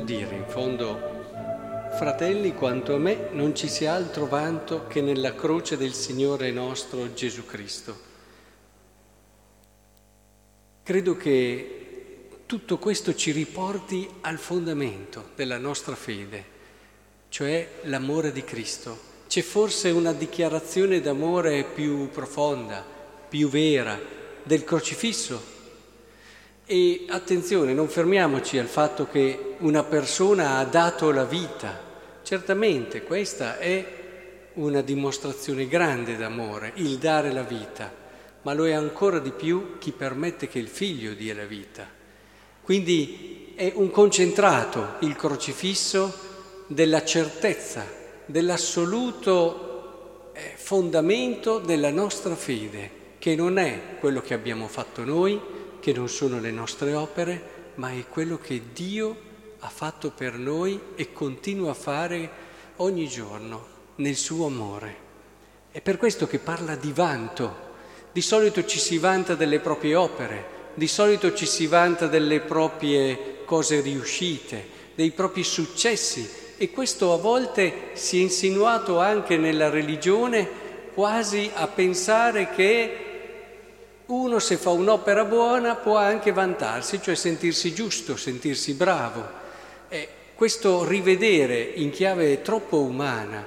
dire in fondo, fratelli, quanto a me non ci sia altro vanto che nella croce del Signore nostro Gesù Cristo. Credo che tutto questo ci riporti al fondamento della nostra fede, cioè l'amore di Cristo. C'è forse una dichiarazione d'amore più profonda, più vera, del crocifisso? E attenzione, non fermiamoci al fatto che una persona ha dato la vita. Certamente questa è una dimostrazione grande d'amore, il dare la vita, ma lo è ancora di più chi permette che il figlio dia la vita. Quindi è un concentrato, il crocifisso, della certezza, dell'assoluto fondamento della nostra fede, che non è quello che abbiamo fatto noi, che non sono le nostre opere, ma è quello che Dio ha fatto per noi e continua a fare ogni giorno nel suo amore. È per questo che parla di vanto. Di solito ci si vanta delle proprie opere, di solito ci si vanta delle proprie cose riuscite, dei propri successi, e questo a volte si è insinuato anche nella religione, quasi a pensare che uno, se fa un'opera buona, può anche vantarsi, cioè sentirsi giusto, sentirsi bravo. Questo rivedere in chiave troppo umana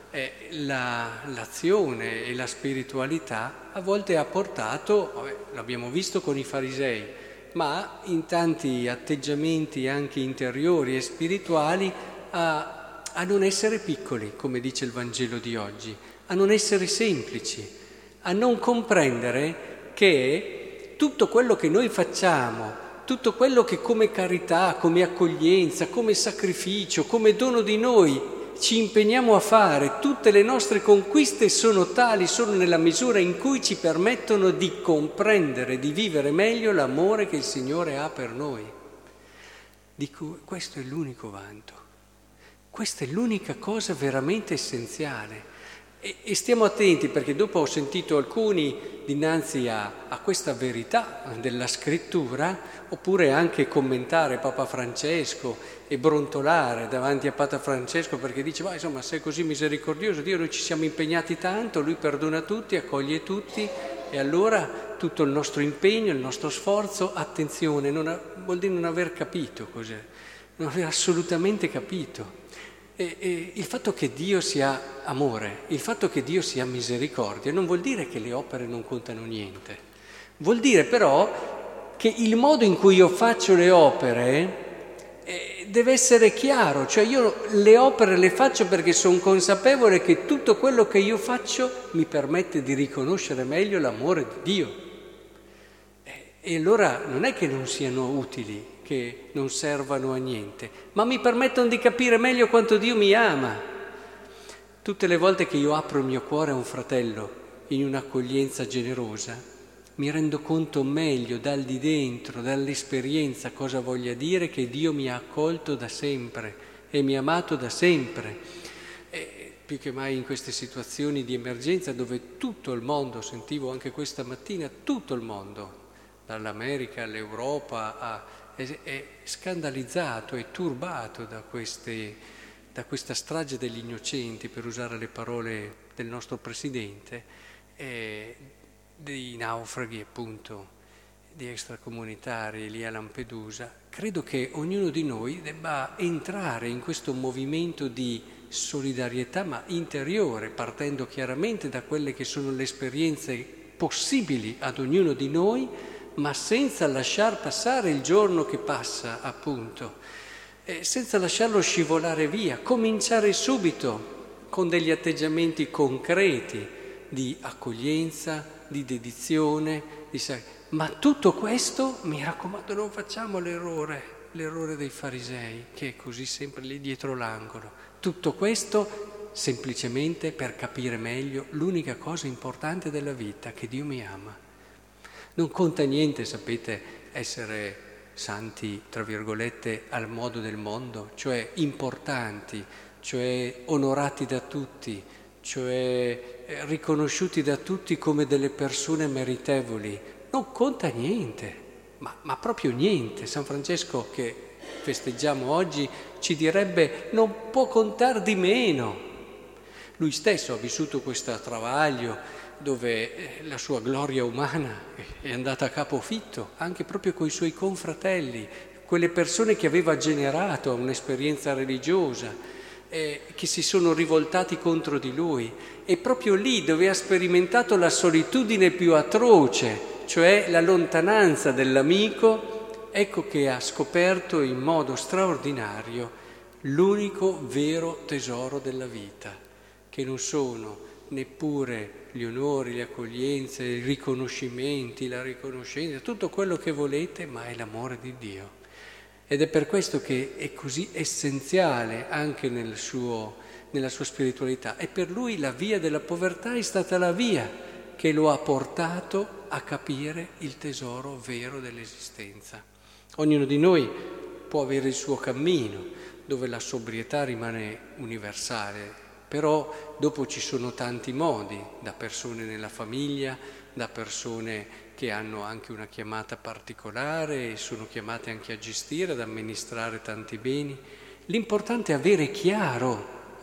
l'azione e la spiritualità a volte ha portato, l'abbiamo visto con i farisei, ma in tanti atteggiamenti anche interiori e spirituali a non essere piccoli, come dice il Vangelo di oggi, a non essere semplici, a non comprendere che tutto quello che noi facciamo, tutto quello che come carità, come accoglienza, come sacrificio, come dono di noi ci impegniamo a fare, tutte le nostre conquiste sono tali solo nella misura in cui ci permettono di comprendere, di vivere meglio l'amore che il Signore ha per noi. Dico, questo è l'unico vanto, questa è l'unica cosa veramente essenziale. E stiamo attenti, perché dopo ho sentito alcuni dinanzi a questa verità della scrittura, oppure anche commentare Papa Francesco e brontolare davanti a Papa Francesco perché dice, ma insomma, sei così misericordioso, Dio, noi ci siamo impegnati tanto, Lui perdona tutti, accoglie tutti, e allora tutto il nostro impegno, il nostro sforzo, attenzione, vuol dire non aver capito cos'è, non aver assolutamente capito. E il fatto che Dio sia amore, il fatto che Dio sia misericordia, non vuol dire che le opere non contano niente. Vuol dire però che il modo in cui io faccio le opere deve essere chiaro. Cioè io le opere le faccio perché sono consapevole che tutto quello che io faccio mi permette di riconoscere meglio l'amore di Dio. E allora non è che non siano utili, che non servano a niente, ma mi permettono di capire meglio quanto Dio mi ama. Tutte le volte che io apro il mio cuore a un fratello in un'accoglienza generosa, mi rendo conto meglio dal di dentro, dall'esperienza, cosa voglia dire che Dio mi ha accolto da sempre e mi ha amato da sempre. E più che mai in queste situazioni di emergenza dove tutto il mondo, sentivo anche questa mattina, tutto il mondo, dall'America all'Europa, è scandalizzato e turbato da questa strage degli innocenti, per usare le parole del nostro Presidente, dei naufraghi appunto, di extracomunitari lì a Lampedusa. Credo che ognuno di noi debba entrare in questo movimento di solidarietà, ma interiore, partendo chiaramente da quelle che sono le esperienze possibili ad ognuno di noi, ma senza lasciar passare il giorno che passa, appunto, senza lasciarlo scivolare via, cominciare subito con degli atteggiamenti concreti di accoglienza, di dedizione, ma tutto questo, mi raccomando, non facciamo l'errore dei farisei, che è così sempre lì dietro l'angolo. Tutto questo semplicemente per capire meglio l'unica cosa importante della vita, che Dio mi ama. Non conta niente, sapete, essere santi, tra virgolette, al modo del mondo, cioè importanti, cioè onorati da tutti, cioè riconosciuti da tutti come delle persone meritevoli. Non conta niente, ma proprio niente. San Francesco, che festeggiamo oggi, ci direbbe non può contare di meno. Lui stesso ha vissuto questo travaglio dove la sua gloria umana è andata a capofitto, anche proprio coi suoi confratelli, quelle persone che aveva generato un'esperienza religiosa, che si sono rivoltati contro di lui. E proprio lì dove ha sperimentato la solitudine più atroce, cioè la lontananza dell'amico, ecco che ha scoperto in modo straordinario l'unico vero tesoro della vita, che non sono neppure gli onori, le accoglienze, i riconoscimenti, la riconoscenza, tutto quello che volete, ma è l'amore di Dio. Ed è per questo che è così essenziale anche nella sua spiritualità. E per lui la via della povertà è stata la via che lo ha portato a capire il tesoro vero dell'esistenza. Ognuno di noi può avere il suo cammino, dove la sobrietà rimane universale, però dopo ci sono tanti modi, da persone nella famiglia, da persone che hanno anche una chiamata particolare e sono chiamate anche a gestire, ad amministrare tanti beni. L'importante è avere chiaro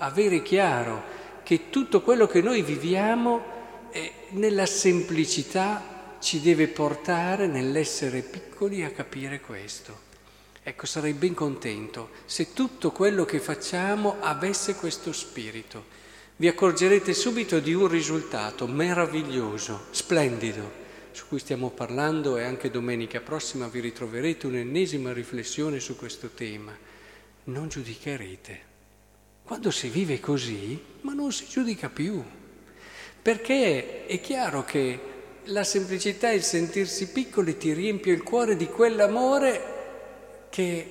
che tutto quello che noi viviamo nella semplicità ci deve portare nell'essere piccoli a capire questo. Ecco, sarei ben contento se tutto quello che facciamo avesse questo spirito. Vi accorgerete subito di un risultato meraviglioso, splendido, su cui stiamo parlando, e anche domenica prossima vi ritroverete un'ennesima riflessione su questo tema. Non giudicherete. Quando si vive così, ma non si giudica più, perché è chiaro che la semplicità e il sentirsi piccoli ti riempie il cuore di quell'amore che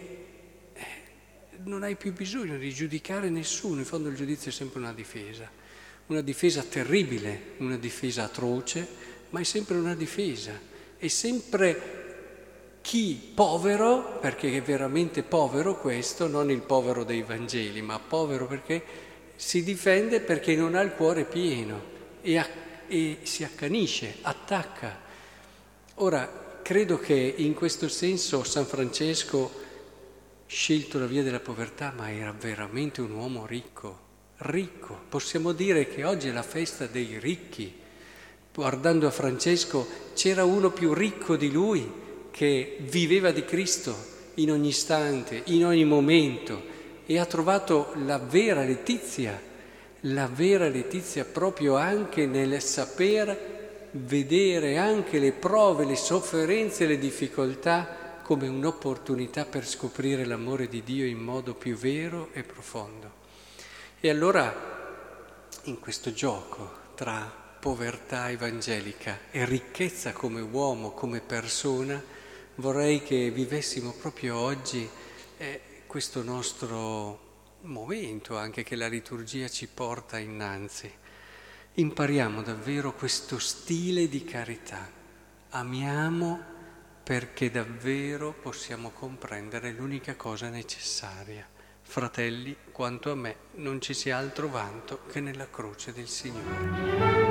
non hai più bisogno di giudicare nessuno. In fondo il giudizio è sempre una difesa terribile, una difesa atroce, ma è sempre una difesa. È sempre chi povero, perché è veramente povero questo, non il povero dei Vangeli, ma povero perché si difende, perché non ha il cuore pieno e si accanisce, attacca. Ora, credo che in questo senso San Francesco scelto la via della povertà, ma era veramente un uomo ricco. Possiamo dire che oggi è la festa dei ricchi. Guardando a Francesco c'era uno più ricco di lui che viveva di Cristo in ogni istante, in ogni momento, e ha trovato la vera letizia proprio anche nel saper vedere anche le prove, le sofferenze e le difficoltà come un'opportunità per scoprire l'amore di Dio in modo più vero e profondo. E allora, in questo gioco tra povertà evangelica e ricchezza come uomo, come persona, vorrei che vivessimo proprio oggi questo nostro momento, anche che la liturgia ci porta innanzi. Impariamo davvero questo stile di carità. Amiamo perché davvero possiamo comprendere l'unica cosa necessaria. Fratelli, quanto a me, non ci sia altro vanto che nella croce del Signore.